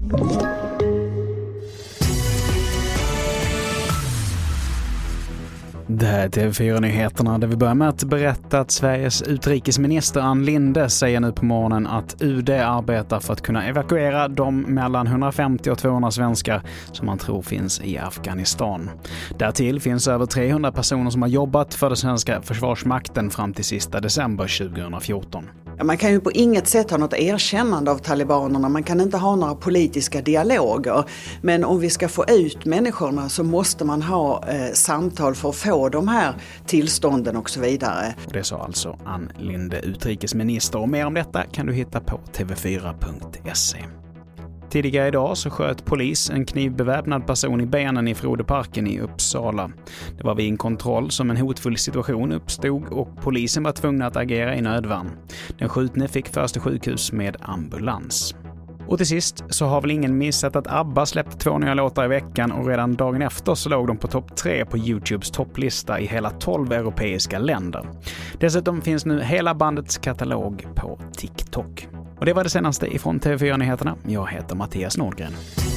Det här är TV4-nyheterna där vi börjar med att berätta att Sveriges utrikesminister Ann Linde säger nu på morgonen att UD arbetar för att kunna evakuera de mellan 150 och 200 svenskar som man tror finns i Afghanistan. Därtill finns över 300 personer som har jobbat för den svenska försvarsmakten fram till sista december 2014. Man kan ju på inget sätt ha något erkännande av talibanerna, man kan inte ha några politiska dialoger. Men om vi ska få ut människorna så måste man ha samtal för att få de här tillstånden och så vidare. Det sa alltså Ann Linde, utrikesminister, och mer om detta kan du hitta på tv4.se. Tidigare idag så sköt polis en knivbeväpnad person i benen i Frodeparken i Uppsala. Det var vid en kontroll som en hotfull situation uppstod och polisen var tvungen att agera i nödvärn. Den skjutne fick föras till sjukhus med ambulans. Och till sist så har väl ingen missat att ABBA släppte 2 nya låtar i veckan och redan dagen efter så låg de på topp 3 på YouTubes topplista i hela 12 europeiska länder. Dessutom finns nu hela bandets katalog på TikTok. Och det var det senaste ifrån TV4-nyheterna. Jag heter Mattias Nordgren.